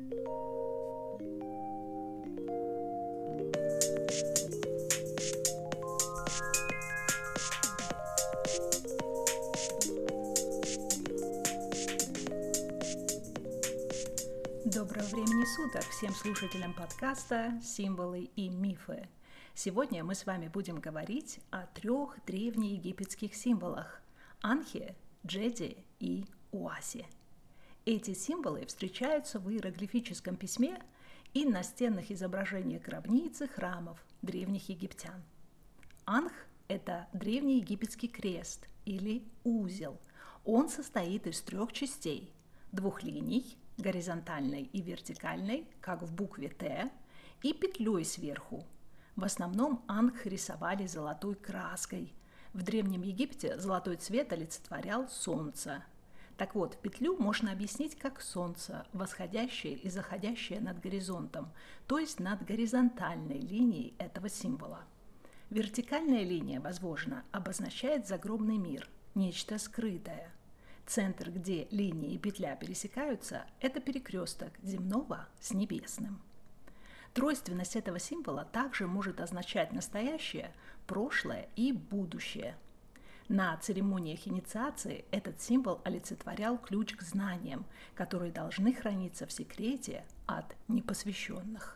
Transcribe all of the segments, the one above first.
Доброго времени суток всем слушателям подкаста «Символы и мифы». Сегодня мы с вами будем говорить о 3 древнеегипетских символах – Анхе, Джеде и Уасе. Эти символы встречаются в иероглифическом письме и настенных изображениях гробниц и храмов древних египтян. Анх – это древнеегипетский крест или узел. Он состоит из 3 частей – 2 линий, горизонтальной и вертикальной, как в букве Т, и петлей сверху. В основном анх рисовали золотой краской. В Древнем Египте золотой цвет олицетворял солнце. Так вот, петлю можно объяснить как солнце, восходящее и заходящее над горизонтом, то есть над горизонтальной линией этого символа. Вертикальная линия, возможно, обозначает загробный мир, нечто скрытое. Центр, где линия и петля пересекаются, это перекресток земного с небесным. Тройственность этого символа также может означать настоящее, прошлое и будущее. На церемониях инициации этот символ олицетворял ключ к знаниям, которые должны храниться в секрете от непосвященных.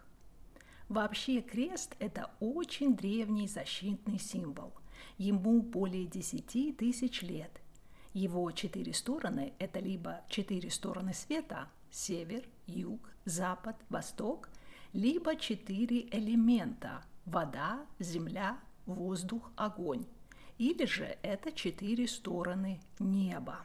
Вообще крест – это очень древний защитный символ. Ему более 10 тысяч лет. Его 4 стороны – это либо 4 стороны света – север, юг, запад, восток, либо 4 элемента – вода, земля, воздух, огонь, или же это 4 стороны неба.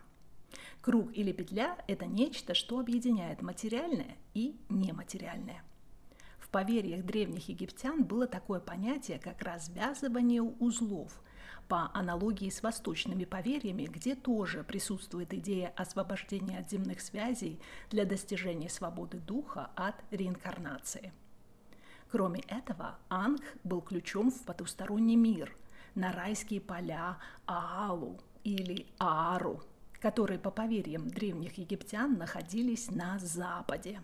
Круг или петля – это нечто, что объединяет материальное и нематериальное. В поверьях древних египтян было такое понятие, как развязывание узлов, по аналогии с восточными поверьями, где тоже присутствует идея освобождения от земных связей для достижения свободы духа от реинкарнации. Кроме этого, Анх был ключом в потусторонний мир, на райские поля Аалу или Аару, которые по поверьям древних египтян находились на западе.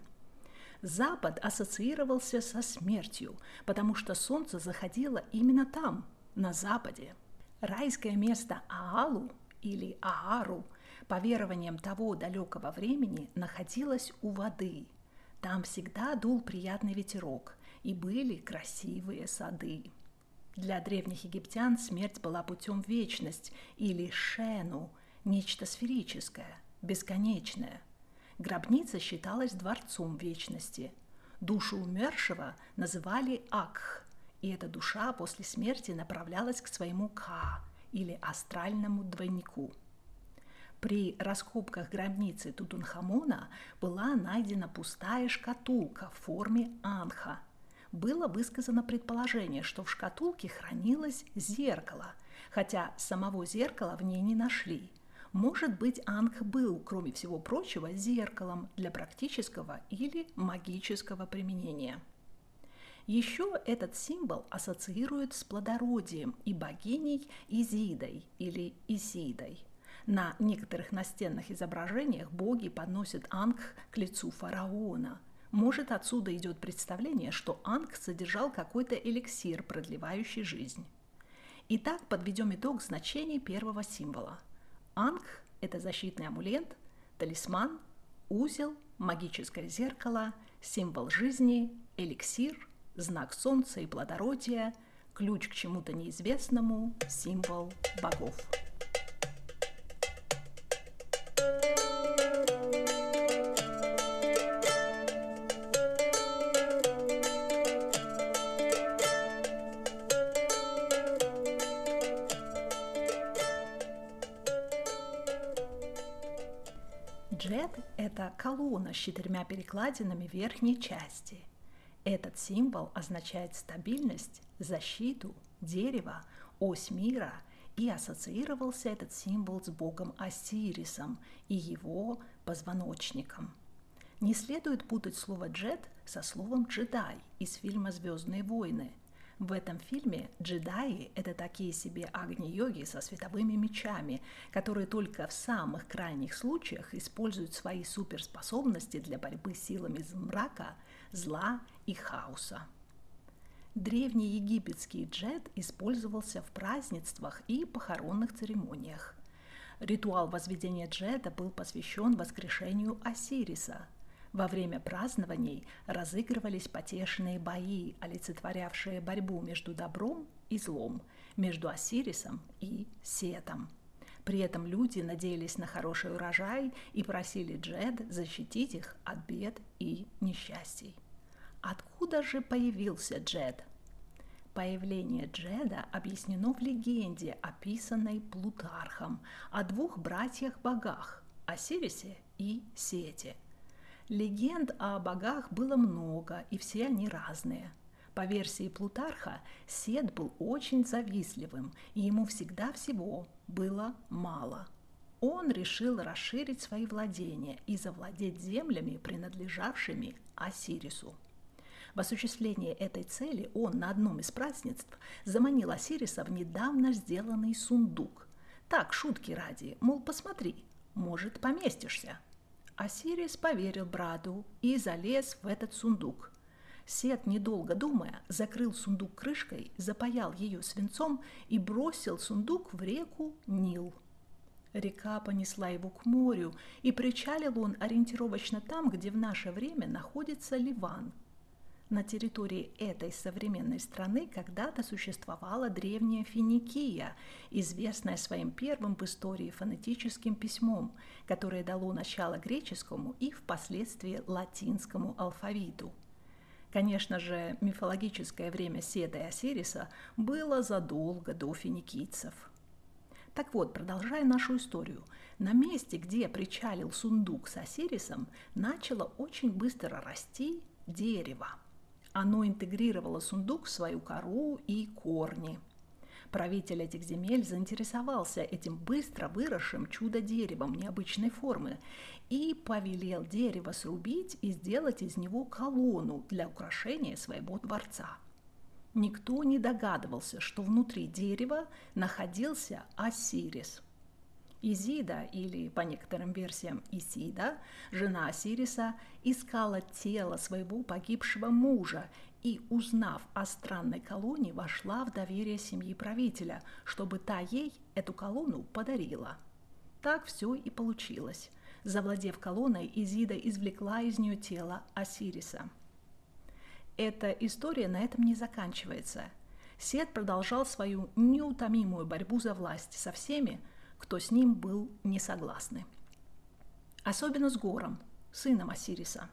Запад ассоциировался со смертью, потому что солнце заходило именно там, на западе. Райское место Аалу или Аару, по верованиям того далекого времени, находилось у воды. Там всегда дул приятный ветерок и были красивые сады. Для древних египтян смерть была путем в вечность или шену, нечто сферическое, бесконечное. Гробница считалась дворцом вечности. Душу умершего называли Акх, и эта душа после смерти направлялась к своему Ка, или астральному двойнику. При раскопках гробницы Тутанхамона была найдена пустая шкатулка в форме анха. Было высказано предположение, что в шкатулке хранилось зеркало, хотя самого зеркала в ней не нашли. Может быть, анх был, кроме всего прочего, зеркалом для практического или магического применения. Еще этот символ ассоциируют с плодородием и богиней Изидой или Исидой. На некоторых настенных изображениях боги подносят анх к лицу фараона. Может, отсюда идет представление, что анх содержал какой-то эликсир, продлевающий жизнь. Итак, подведем итог значений первого символа. Анх – это защитный амулет, талисман, узел, магическое зеркало, символ жизни, эликсир, знак солнца и плодородия, ключ к чему-то неизвестному, символ богов. Джед – это колонна с 4 перекладинами в верхней части. Этот символ означает стабильность, защиту, дерево, ось мира, и ассоциировался этот символ с богом Осирисом и его позвоночником. Не следует путать слово «джед» со словом «джедай» из фильма «Звездные войны». В этом фильме джедаи – это такие себе агни-йоги со световыми мечами, которые только в самых крайних случаях используют свои суперспособности для борьбы с силами мрака, зла и хаоса. Древний египетский джед использовался в празднествах и похоронных церемониях. Ритуал возведения джеда был посвящен воскрешению Осириса. Во время празднований разыгрывались потешные бои, олицетворявшие борьбу между добром и злом, между Осирисом и Сетом. При этом люди надеялись на хороший урожай и просили Джед защитить их от бед и несчастий. Откуда же появился Джед? Появление Джеда объяснено в легенде, описанной Плутархом, о двух братьях-богах – Осирисе и Сете. Легенд о богах было много, и все они разные. По версии Плутарха, Сет был очень завистливым, и ему всегда всего было мало. Он решил расширить свои владения и завладеть землями, принадлежавшими Осирису. В осуществлении этой цели он на одном из празднеств заманил Осириса в недавно сделанный сундук. Так, шутки ради, мол, посмотри, может, поместишься. Осирис поверил брату и залез в этот сундук. Сет, недолго думая, закрыл сундук крышкой, запаял ее свинцом и бросил сундук в реку Нил. Река понесла его к морю, и причалил он ориентировочно там, где в наше время находится Ливан. На территории этой современной страны когда-то существовала древняя Финикия, известная своим первым в истории фонетическим письмом, которое дало начало греческому и впоследствии латинскому алфавиту. Конечно же, мифологическое время Сета и Осириса было задолго до финикийцев. Так вот, продолжая нашу историю, на месте, где причалил сундук с Осирисом, начало очень быстро расти дерево. Оно интегрировало сундук в свою кору и корни. Правитель этих земель заинтересовался этим быстро выросшим чудо-деревом необычной формы и повелел дерево срубить и сделать из него колонну для украшения своего дворца. Никто не догадывался, что внутри дерева находился Осирис. Изида, или по некоторым версиям Исида, жена Осириса, искала тело своего погибшего мужа и, узнав о странной колонне, вошла в доверие семьи правителя, чтобы та ей эту колонну подарила. Так все и получилось. Завладев колонной, Изида извлекла из нее тело Осириса. Эта история на этом не заканчивается. Сет продолжал свою неутомимую борьбу за власть со всеми, кто с ним был не согласны. Особенно с Гором, сыном Осириса.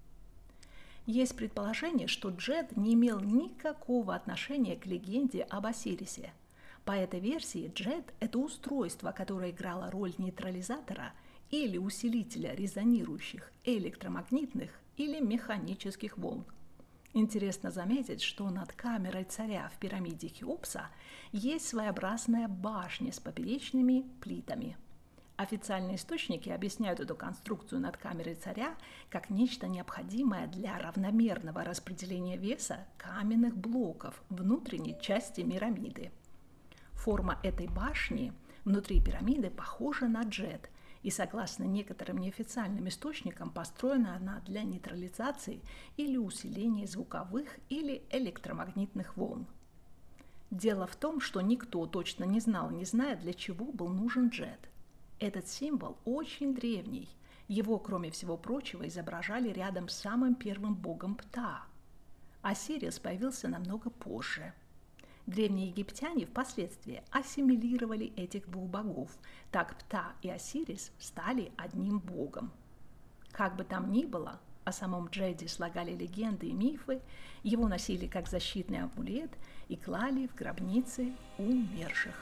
Есть предположение, что Джед не имел никакого отношения к легенде об Осирисе. По этой версии Джед – это устройство, которое играло роль нейтрализатора или усилителя резонирующих электромагнитных или механических волн. Интересно заметить, что над камерой царя в пирамиде Хеопса есть своеобразная башня с поперечными плитами. Официальные источники объясняют эту конструкцию над камерой царя как нечто необходимое для равномерного распределения веса каменных блоков внутренней части пирамиды. Форма этой башни внутри пирамиды похожа на джет, и, согласно некоторым неофициальным источникам, построена она для нейтрализации или усиления звуковых или электромагнитных волн. Дело в том, что никто точно не знал и не знает, для чего был нужен джет. Этот символ очень древний. Его, кроме всего прочего, изображали рядом с самым первым богом Пта. Осирис появился намного позже. Древние египтяне впоследствии ассимилировали этих двух богов. Так Пта и Осирис стали одним богом. Как бы там ни было, о самом Джеде слагали легенды и мифы, его носили как защитный амулет и клали в гробницы умерших.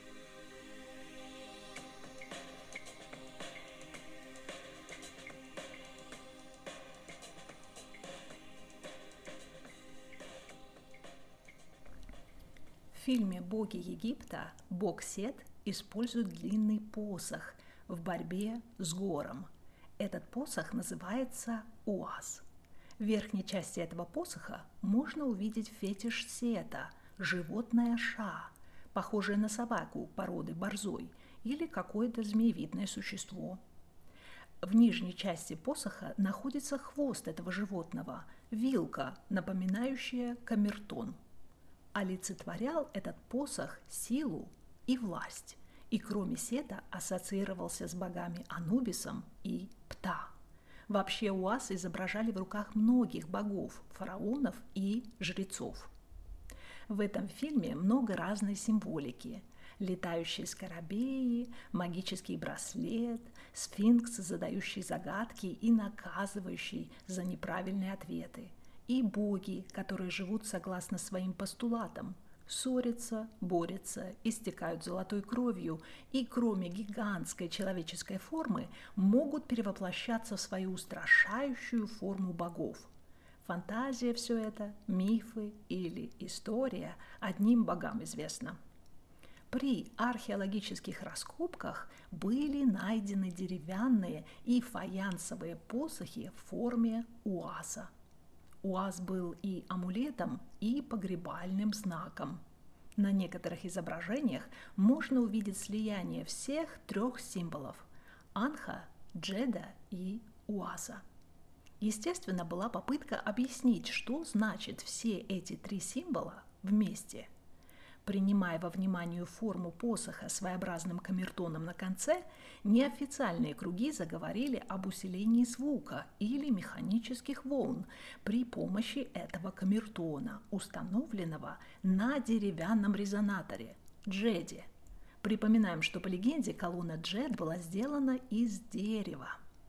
В фильме «Боги Египта» бог Сет использует длинный посох в борьбе с Гором. Этот посох называется Уаз. В верхней части этого посоха можно увидеть фетиш Сета – животное Ша, похожее на собаку породы борзой или какое-то змеевидное существо. В нижней части посоха находится хвост этого животного – вилка, напоминающая камертон. Олицетворял этот посох силу и власть, и кроме Сета ассоциировался с богами Анубисом и Пта. Вообще Уаз изображали в руках многих богов, фараонов и жрецов. В этом фильме много разной символики. Летающие скоробеи, магический браслет, сфинкс, задающий загадки и наказывающий за неправильные ответы, и боги, которые живут согласно своим постулатам, ссорятся, борются, истекают золотой кровью и, кроме гигантской человеческой формы, могут перевоплощаться в свою устрашающую форму богов. Фантазия все это, мифы или история, одним богам известна. При археологических раскопках были найдены деревянные и фаянсовые посохи в форме уаза. Уаз был и амулетом, и погребальным знаком. На некоторых изображениях можно увидеть слияние всех трех символов – Анха, Джеда и Уаза. Естественно, была попытка объяснить, что значит все эти три символа вместе. Принимая во внимание форму посоха своеобразным камертоном на конце, неофициальные круги заговорили об усилении звука или механических волн при помощи этого камертона, установленного на деревянном резонаторе – джеде. Припоминаем, что по легенде колонна джед была сделана из дерева.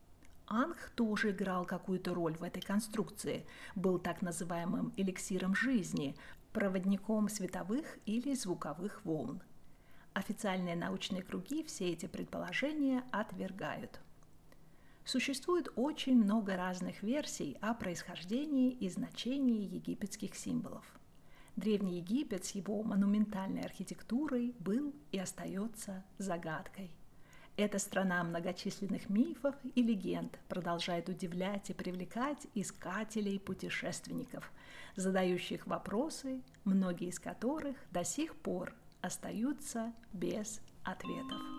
Анх тоже играл какую-то роль в этой конструкции, был так называемым эликсиром жизни, проводником световых или звуковых волн. Официальные научные круги все эти предположения отвергают. Существует очень много разных версий о происхождении и значении египетских символов. Древний Египет с его монументальной архитектурой был и остается загадкой. Эта страна многочисленных мифов и легенд продолжает удивлять и привлекать искателей, путешественников, задающих вопросы, многие из которых до сих пор остаются без ответов.